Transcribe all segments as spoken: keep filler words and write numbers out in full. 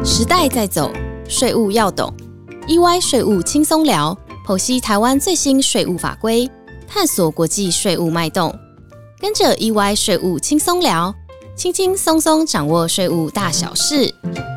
时代在走，税务要懂。E Y 税务轻松聊，剖析台湾最新税务法规，探索国际税务脉动。跟着 E Y 税务轻松聊，轻轻松松掌握税务大小事。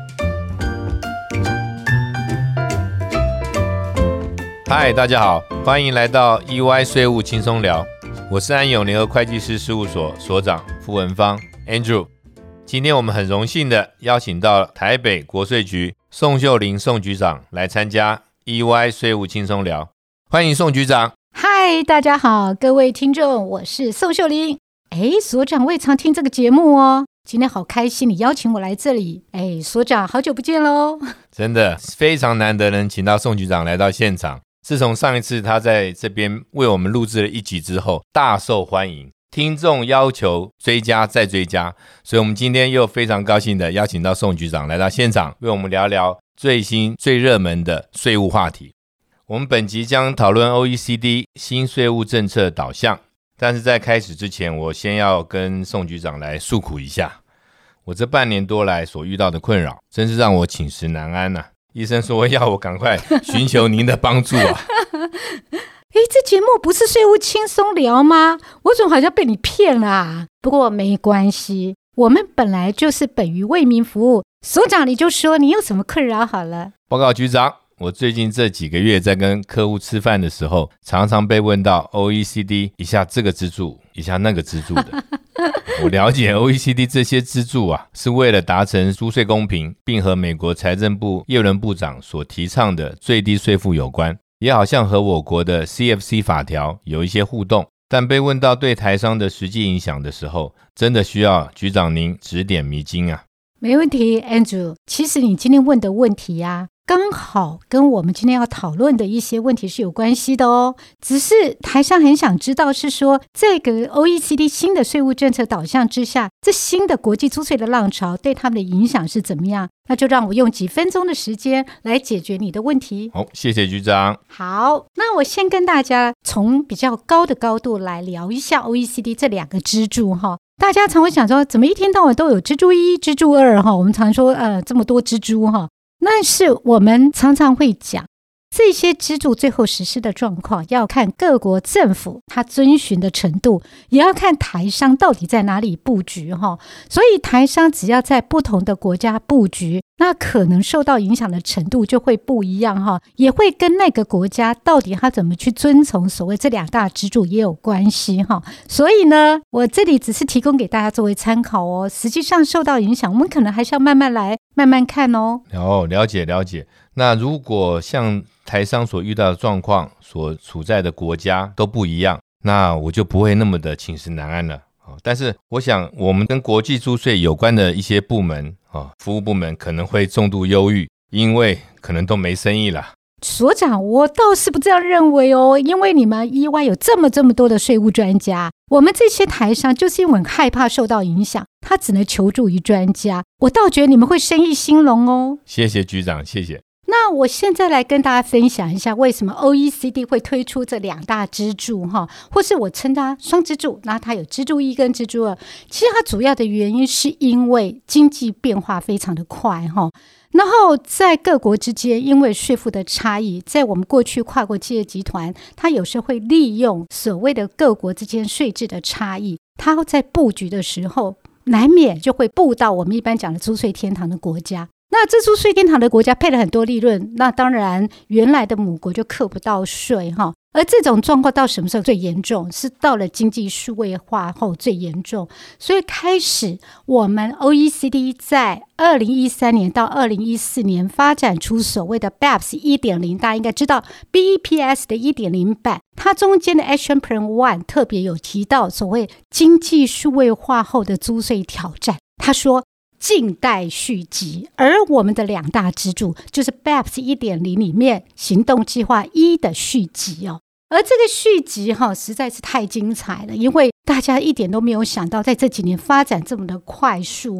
嗨，大家好，欢迎来到 E Y 税务轻松聊，我是安永联合会计师事务所所长傅文芳 Andrew。今天我们很荣幸的邀请到台北国税局宋秀玲宋局长来参加 E Y 税务轻松聊，欢迎宋局长。 嗨，大家好，各位听众，我是宋秀玲。哎，所长未常听这个节目哦，今天好开心你邀请我来这里。哎，所长好久不见咯。 真的非常难得能请到宋局长来到现场，自从上一次他在这边为我们录制了一集之后，大受欢迎，听众要求追加再追加，所以我们今天又非常高兴的邀请到宋局长来到现场，为我们聊聊最新最热门的税务话题。我们本集将讨论 O E C D 新税务政策导向，但是在开始之前，我先要跟宋局长来诉苦一下，我这半年多来所遇到的困扰，真是让我寝食难安啊。医生说要我赶快寻求您的帮助啊。 诶，这节目不是税务轻松聊吗？我总好像被你骗了啊。不过没关系，我们本来就是本于为民服务。所长你就说你有什么困扰好了。 报告局长，我最近这几个月在跟客户吃饭的时候，常常被问到 O E C D 一下这个支柱一下那个支柱的。我了解 O E C D 这些支柱啊，是为了达成租税公平，并和美国财政部耶伦部长所提倡的最低税负有关，也好像和我国的 C F C 法条有一些互动，但被问到对台商的实际影响的时候，真的需要局长您指点迷津啊。 没问题 Andrew， 其实你今天问的问题啊，刚好跟我们今天要讨论的一些问题是有关系的哦。只是台商很想知道是说，这个 O E C D 新的税务政策导向之下，这新的国际租税的浪潮对他们的影响是怎么样？那就让我用几分钟的时间来解决你的问题。 好，谢谢局长。 好，那我先跟大家从比较高的高度来聊一下 O E C D 这两个支柱哈。大家常会想说，怎么一天到晚都有支柱一、支柱二哈？我们常说呃这么多支柱哈。但是我们常常会讲，这些支柱最后实施的状况要看各国政府它遵循的程度，也要看台商到底在哪里布局哈。所以台商只要在不同的国家布局，那可能受到影响的程度就会不一样哈，也会跟那个国家到底他怎么去遵从所谓这两大支柱也有关系哈。所以呢，我这里只是提供给大家作为参考哦，实际上受到影响，我们可能还是要慢慢来，慢慢看哦。 哦，了解了解。那如果像台商所遇到的状况，所处在的国家都不一样，那我就不会那么的寝食难安了。但是我想我们跟国际租税有关的一些部门、哦、服务部门可能会重度忧郁，因为可能都没生意了。 所长，我倒是不这样认为哦，因为你们 E Y 有这么这么多的税务专家，我们这些台商就是因为很害怕受到影响，他只能求助于专家，我倒觉得你们会生意兴隆哦。 谢谢局长，谢谢。 那我现在来跟大家分享一下为什么 O E C D 会推出这两大支柱哈，或是我称它双支柱，那它有支柱一跟支柱二。其实它主要的原因是因为经济变化非常的快哈，然后在各国之间因为税负的差异，在我们过去跨国企业集团，它有时候会利用所谓的各国之间税制的差异，它在布局的时候难免就会布到我们一般讲的租税天堂的国家。那这租税天堂的国家配了很多利润，那当然原来的母国就课不到税哈。而这种状况到什么时候最严重？是到了经济数位化后最严重。所以开始我们 O E C D 在二零一三年到二零一四年发展出所谓的 B E P S 一点零， 大家应该知道 B E P S 的 一点零 版，它中间的 Action Plan 一特别有提到所谓经济数位化后的租税挑战，他说静待续集，而我们的两大支柱就是 B E P S 一点零 里面行动计划一的续集哦。而这个续集哈实在是太精彩了，因为大家一点都没有想到在这几年发展这么的快速哈。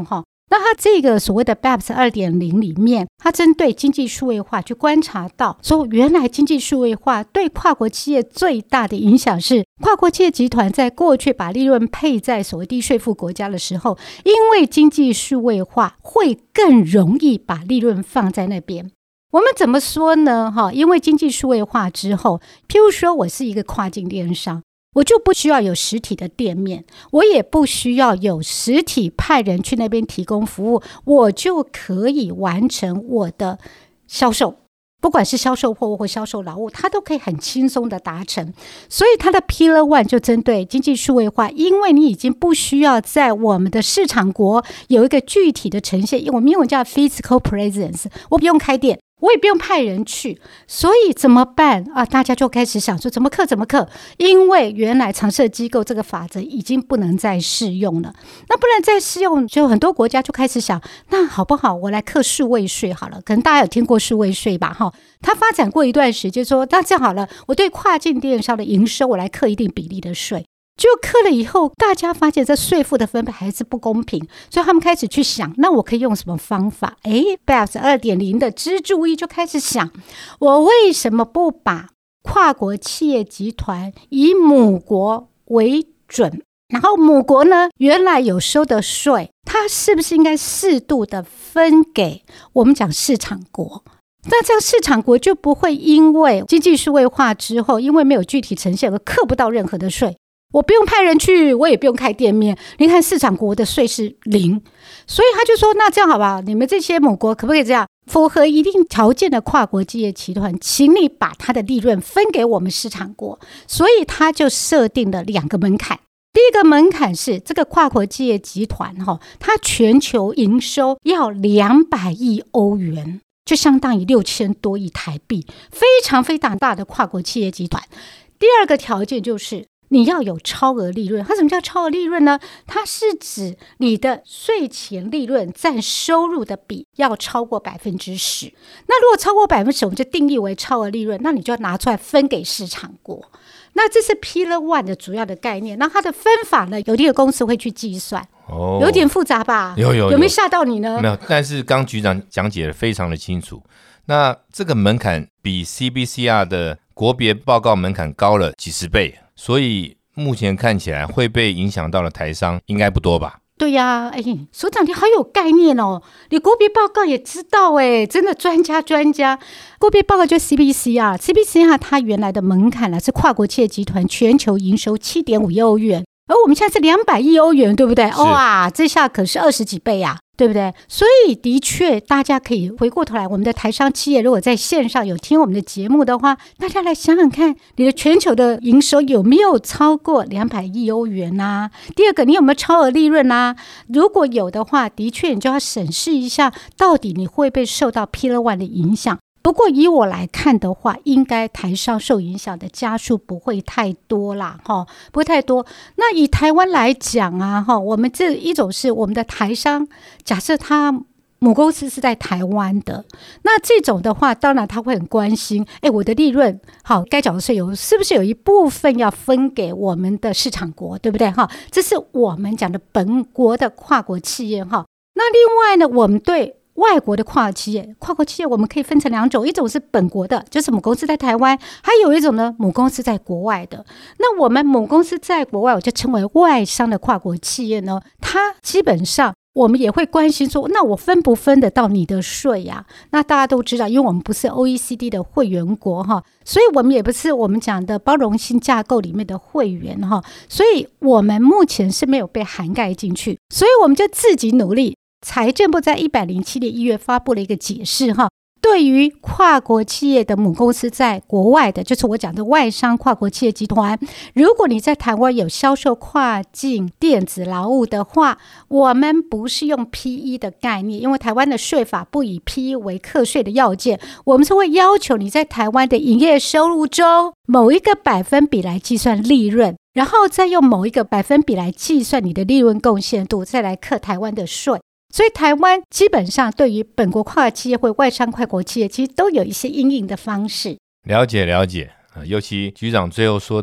那它这个所谓的 B E P S 二点零 里面，它针对经济数位化去观察到，说原来经济数位化对跨国企业最大的影响是，跨国企业集团在过去把利润配在所谓低税负国家的时候，因为经济数位化会更容易把利润放在那边。我们怎么说呢？因为经济数位化之后，譬如说我是一个跨境电商，我就不需要有实体的店面，我也不需要有实体派人去那边提供服务，我就可以完成我的销售，不管是销售货物或销售劳务，它都可以很轻松的达成。所以它的 Pillar One 就针对经济数位化，因为你已经不需要在我们的市场国有一个具体的呈现，我们英文叫 physical presence， 我不用开店，我也不用派人去，所以怎么办啊？大家就开始想说怎么克怎么克，因为原来常设机构这个法则已经不能再适用了，那不能再适用，就很多国家就开始想，那好不好我来克数位税好了，可能大家有听过数位税吧哈？它发展过一段时间说，那这样好了，我对跨境电商的营收我来克一定比例的税，就克了以后，大家发现这税负的分配还是不公平，所以他们开始去想，那我可以用什么方法？诶 B E P S 二点零 的支柱一就开始想，我为什么不把跨国企业集团以母国为准，然后母国呢原来有收的税，它是不是应该适度的分给我们讲市场国？那这样市场国就不会因为经济数位化之后，因为没有具体呈现而课不到任何的税，我不用派人去，我也不用开店面，你看市场国的税是零，所以他就说，那这样好吧，你们这些母国可不可以这样，符合一定条件的跨国企业集团，请你把它的利润分给我们市场国。所以他就设定了两个门槛，第一个门槛是这个跨国企业集团它全球营收要两百亿欧元，就相当于六千多亿台币，非常非常大的跨国企业集团。第二个条件就是你要有超额利润。它什么叫超额利润呢？它是指你的税前利润占收入的比要超过百分之十。那如果超过百分之十，我们就定义为超额利润，那你就要拿出来分给市场国。那这是 Pillar One 的主要的概念。那它的分法呢，有一个公司会去计算。哦，有点复杂吧？ 有有有， 有没有吓到你呢？ 没有，但是刚局长讲解的非常的清楚。那这个门槛比 C B C R 的国别报告门槛高了几十倍，所以目前看起来会被影响到的台商应该不多吧？ 对呀、啊，哎，所长你好有概念哦，你国别报告也知道哎，真的专家专家。国别报告就 C B C R，C B C R 它原来的门槛呢是跨国企业集团全球营收 七点五亿欧元，而我们现在是两百亿欧元，对不对？哇，这下可是二十几倍啊，对不对？所以的确大家可以回过头来，我们的台商企业如果在线上有听我们的节目的话，大家来想想看，你的全球的营收有没有超过两百亿欧元啊？第二个，你有没有超额利润啊？如果有的话，的确你就要审视一下，到底你会被受到 Pillar One 的影响。不过以我来看的话，应该台商受影响的家数不会太多啦，不会太多。那以台湾来讲啊，我们这一种是我们的台商，假设他母公司是在台湾的，那这种的话，当然他会很关心，哎，我的利润好该缴的税有是不是有一部分要分给我们的市场国，对不对？这是我们讲的本国的跨国企业。那另外呢，我们对外国的跨国企业，跨国企业我们可以分成两种，一种是本国的，就是母公司在台湾，还有一种呢，母公司在国外的。那我们母公司在国外，我就称为外商的跨国企业呢，它基本上我们也会关心说，那我分不分得到你的税呀、啊？那大家都知道，因为我们不是 O E C D 的会员国哈，所以我们也不是我们讲的包容性架构里面的会员哈，所以我们目前是没有被涵盖进去，所以我们就自己努力。财政部在一百零七年一月发布了一个解释哈，对于跨国企业的母公司在国外的，就是我讲的外商跨国企业集团，如果你在台湾有销售跨境电子劳务的话，我们不是用 P E 的概念，因为台湾的税法不以 P E 为课税的要件，我们是会要求你在台湾的营业收入中某一个百分比来计算利润，然后再用某一个百分比来计算你的利润贡献度，再来课台湾的税。所以台湾基本上对于本国跨国企业或外商跨国企业，其实都有一些因应的方式。 了解了解，尤其局长最后说到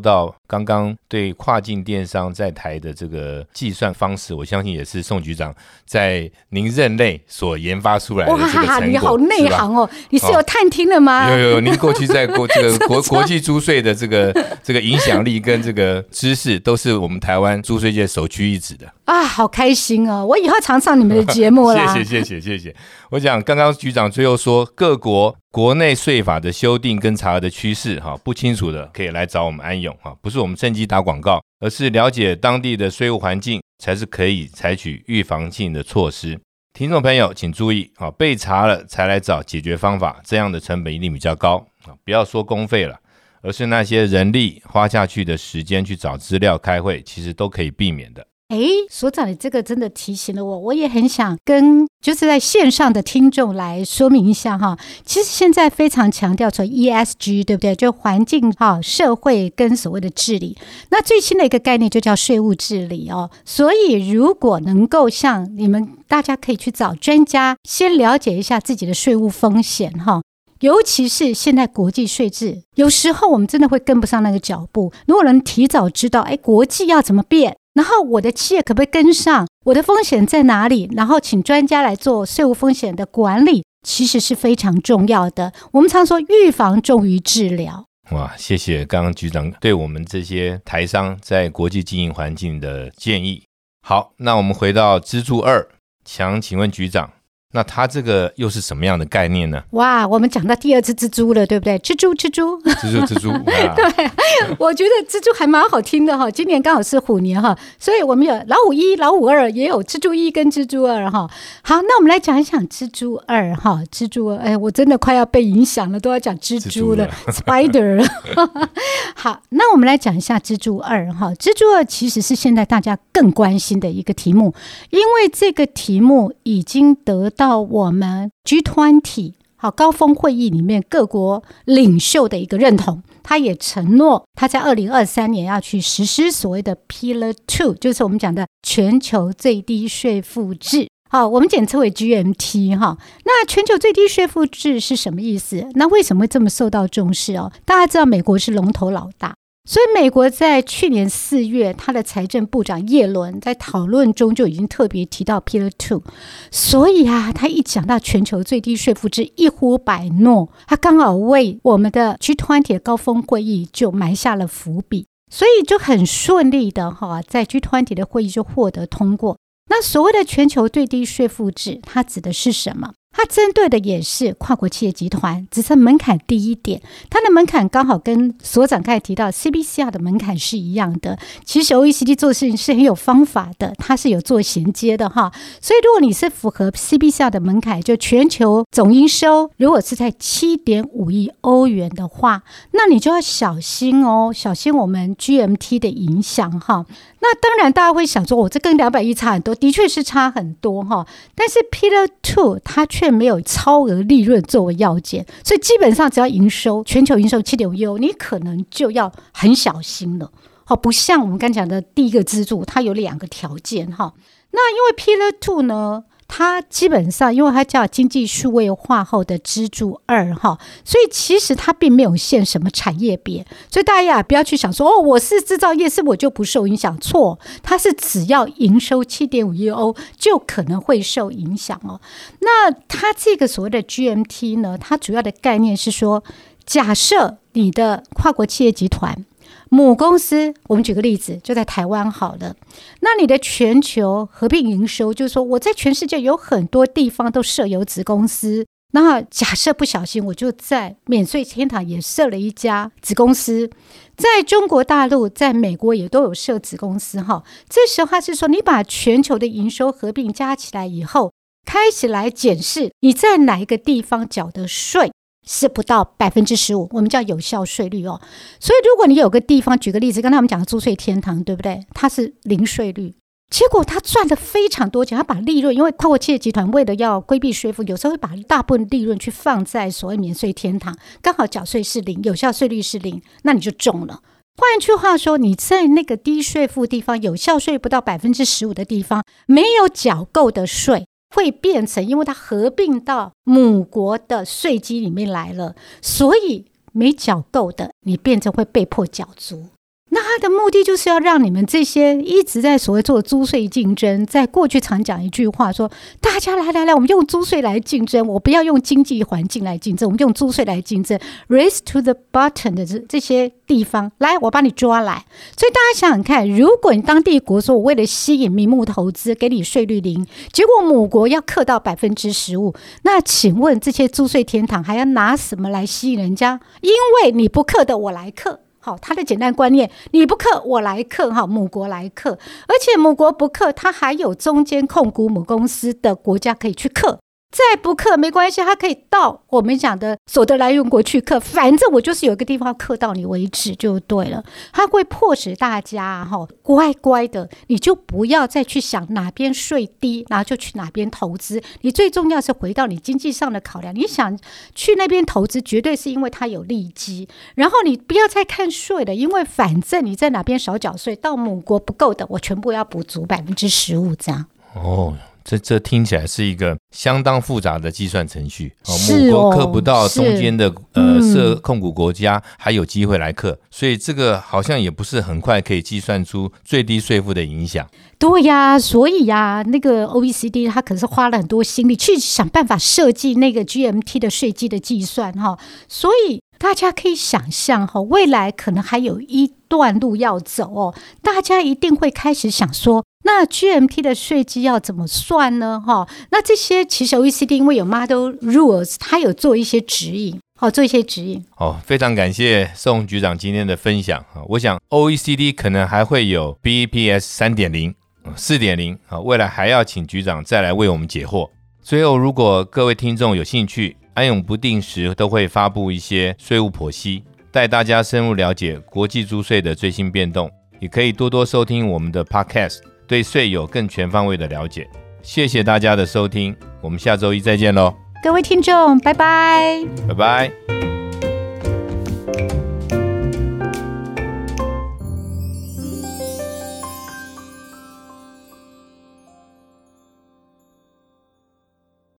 刚刚对跨境电商在台的这个计算方式，我相信也是宋局长在您任内所研发出来的这个成果。 哇，你好内行哦，你是有探听的吗？ 有有有，您过去在国这个国国际租税的这个这个影响力跟这个知识，都是我们台湾租税界首屈一指的啊，好开心哦！我以后常上你们的节目啦。 谢谢谢谢谢谢。我讲刚刚局长最后说，各国国内税法的修订跟查核的趋势哈不清楚的，可以来找我们安永哈，不是我们趁机打广告，而是了解当地的税务环境，才是可以采取预防性的措施。听众朋友请注意，被查了才来找解决方法，这样的成本一定比较高，不要说公费了，而是那些人力花下去的时间去找资料开会，其实都可以避免的。 哎，所长，你这个真的提醒了我，我也很想跟就是在线上的听众来说明一下哈。其实现在非常强调说 E S G， 对不对？就环境哈、社会跟所谓的治理。那最新的一个概念就叫税务治理哦。所以如果能够像你们，大家可以去找专家，先了解一下自己的税务风险哈。尤其是现在国际税制，有时候我们真的会跟不上那个脚步。如果能提早知道，哎，国际要怎么变，然后我的企业可不可以跟上，我的风险在哪里，然后请专家来做税务风险的管理，其实是非常重要的。我们常说预防重于治疗。 哇，谢谢刚刚局长对我们这些台商在国际经营环境的建议。好，那我们回到支柱二，想请问局长，那它这个又是什么样的概念呢？ 哇，我们讲到第二只蜘蛛了，对不对？蜘蛛蜘蛛蜘蛛蜘蛛、啊、 对，我觉得蜘蛛还蛮好听的哈。今年刚好是虎年哈，所以我们有老虎一老虎二，也有蜘蛛一跟蜘蛛二哈。好，那我们来讲一讲蜘蛛二哈。蜘蛛二，哎，我真的快要被影响了，都要讲蜘蛛了 Spider 好，那我们来讲一下蜘蛛二哈。蜘蛛二其实是现在大家更关心的一个题目，因为这个题目已经得到到我们 G 二十 好高峰会议里面各国领袖的一个认同，他也承诺他在二零二三年要去实施所谓的 Pillar 二，就是我们讲的全球最低税负制，好，我们简称为 G M T 哈。那全球最低税负制是什么意思？那为什么会这么受到重视哦？大家知道美国是龙头老大，所以美国在去年四月，他的财政部长耶伦在讨论中就已经特别提到 Pillar 二，所以啊，他一讲到全球最低税负制，一呼百诺，他刚好为我们的 G 二十 的高峰会议就埋下了伏笔，所以就很顺利的哈，在 G 二十 的会议就获得通过。那所谓的全球最低税负制，它指的是什么？它针对的也是跨国企业集团，只是门槛低一点，它的门槛刚好跟所长刚才提到 C B C R 的门槛是一样的。其实 O E C D 做事情是很有方法的，它是有做衔接的哈。所以如果你是符合 C B C R 的门槛，就全球总营收如果是在 七点五亿欧元的话，那你就要小心哦，小心我们 G M T 的影响哈。那当然大家会想说，我、哦、这跟两百亿差很多，的确是差很多哈。但是 Pillar 二 它却没有超额利润作为要件，所以基本上只要营收全球营收 七点五亿欧，你可能就要很小心了。好，不像我们刚讲的第一个支柱，它有两个条件哈。那因为 Pillar 二 呢，它基本上因为它叫经济数位化后的支柱二哈，所以其实它并没有限什么产业别，所以大家不要去想说哦，我是制造业，是我就不受影响，错，它是只要营收 七点五亿欧就可能会受影响哦。那它这个所谓的 G M T 呢，它主要的概念是说，假设你的跨国企业集团母公司，我们举个例子，就在台湾好了。那你的全球合并营收，就是说我在全世界有很多地方都设有子公司。那假设不小心，我就在免税天堂也设了一家子公司，在中国大陆、在美国也都有设子公司哈。这时候他是说，你把全球的营收合并加起来以后，开始来检视你在哪一个地方缴的税。是不到 百分之十五， 我们叫有效税率哦。所以如果你有个地方，举个例子，刚才我们讲的租税天堂，对不对？它是零税率，结果他赚了非常多钱，他把利润，因为跨国企业集团为了要规避税负，有时候会把大部分利润去放在所谓免税天堂，刚好缴税是零，有效税率是零，那你就中了。换句话说，你在那个低税负地方，有效税不到 百分之十五 的地方，没有缴够的税，会变成因为它合并到母国的税基里面来了，所以没缴够的你变成会被迫缴足。 那它的目的就是要让你们这些一直在所谓做租税竞争，在过去常讲一句话说，大家来来来，我们用租税来竞争，我不要用经济环境来竞争，我们用租税来竞争 race to the bottom 的这这些地方，来我把你抓来。所以大家想想看，如果你当地国说我为了吸引名目投资给你税率零，结果母国要课到百分之十五，那请问这些租税天堂还要拿什么来吸引人家？因为你不课的我来课，好，它的简单观念，你不课我来课，好，母国来课，而且母国不课，它还有中间控股母公司的国家可以去课。再不课没关系，它可以到我们讲的所得来源国去课，反正我就是有一个地方课到你为止就对了。它会迫使大家哈乖乖的，你就不要再去想哪边税低，然后就去哪边投资。你最重要是回到你经济上的考量，你想去那边投资，绝对是因为它有利基。然后你不要再看税了，因为反正你在哪边少缴税，到母国不够的，我全部要补足百分之十五这样。 哦。这这听起来是一个相当复杂的计算程序，哦， 母国课不到，中间的呃涉控股国家还有机会来课，所以这个好像也不是很快可以计算出最低税负的影响。 对呀，所以呀，那个 O E C D 它可是花了很多心力去想办法设计那个 G M T 的税基的计算哈，所以大家可以想象哈，未来可能还有一段路要走哦，大家一定会开始想说，那 G M T 的税基要怎么算呢？哈，那这些其实 O E C D 因为有 Model Rules， 它有做一些指引。好，做一些指引。 哦，非常感谢宋局长今天的分享。我想 O E C D 可能还会有 B E P S 三点零、四点零，未来还要请局长再来为我们解惑。最后，如果各位听众有兴趣，安永不定时都会发布一些税务剖析，带大家深入了解国际租税的最新变动，也可以多多收听我们的 Podcast， 对税有更全方位的了解。谢谢大家的收听，我们下周一再见咯。 各位听众，拜拜， 拜拜。